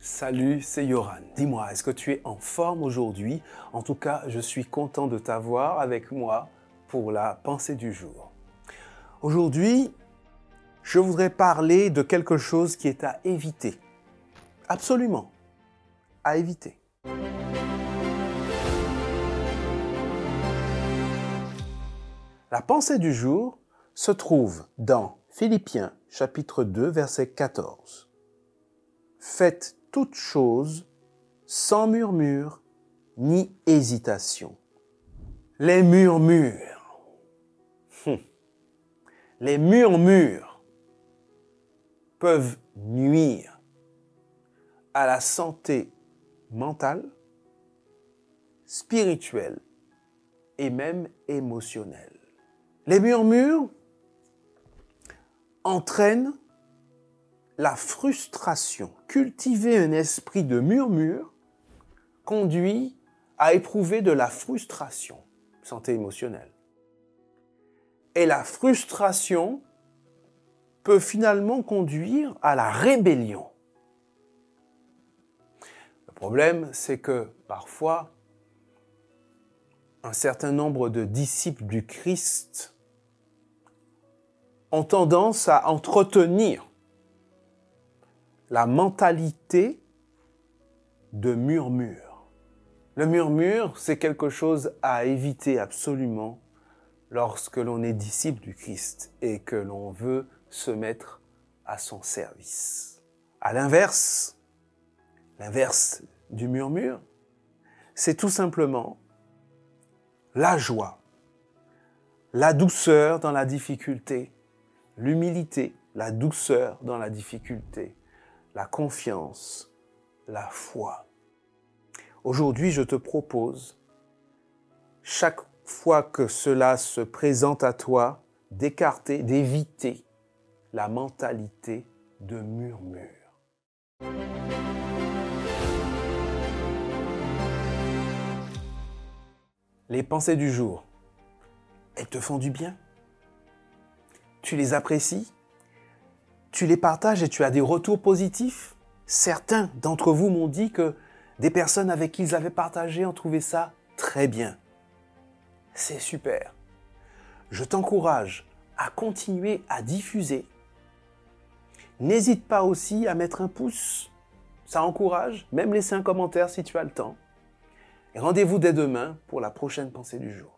Salut, c'est Yoran. Dis-moi, est-ce que tu es en forme aujourd'hui? En tout cas, je suis content de t'avoir avec moi pour la pensée du jour. Aujourd'hui, je voudrais parler de quelque chose qui est à éviter. Absolument, à éviter. La pensée du jour se trouve dans Philippiens chapitre 2, verset 14. Faites toutes choses sans murmure ni hésitation. Les murmures. Les murmures peuvent nuire à la santé mentale, spirituelle et même émotionnelle. Les murmures entraînent la frustration. Cultiver un esprit de murmure conduit à éprouver de la frustration, santé émotionnelle. Et la frustration peut finalement conduire à la rébellion. Le problème, c'est que parfois, un certain nombre de disciples du Christ ont tendance à entretenir la mentalité de murmure. Le murmure, c'est quelque chose à éviter absolument lorsque l'on est disciple du Christ et que l'on veut se mettre à son service. À l'inverse du murmure, c'est tout simplement la joie, la douceur dans la difficulté, l'humilité, la douceur dans la difficulté, la confiance, la foi. Aujourd'hui, je te propose, chaque fois que cela se présente à toi, d'écarter, d'éviter la mentalité de murmure. Les pensées du jour, elles te font du bien? Tu les apprécies? Tu les partages et tu as des retours positifs? Certains d'entre vous m'ont dit que des personnes avec qui ils avaient partagé ont trouvé ça très bien. C'est super. Je t'encourage à continuer à diffuser. N'hésite pas aussi à mettre un pouce. Ça encourage. Même laisser un commentaire si tu as le temps. Et rendez-vous dès demain pour la prochaine pensée du jour.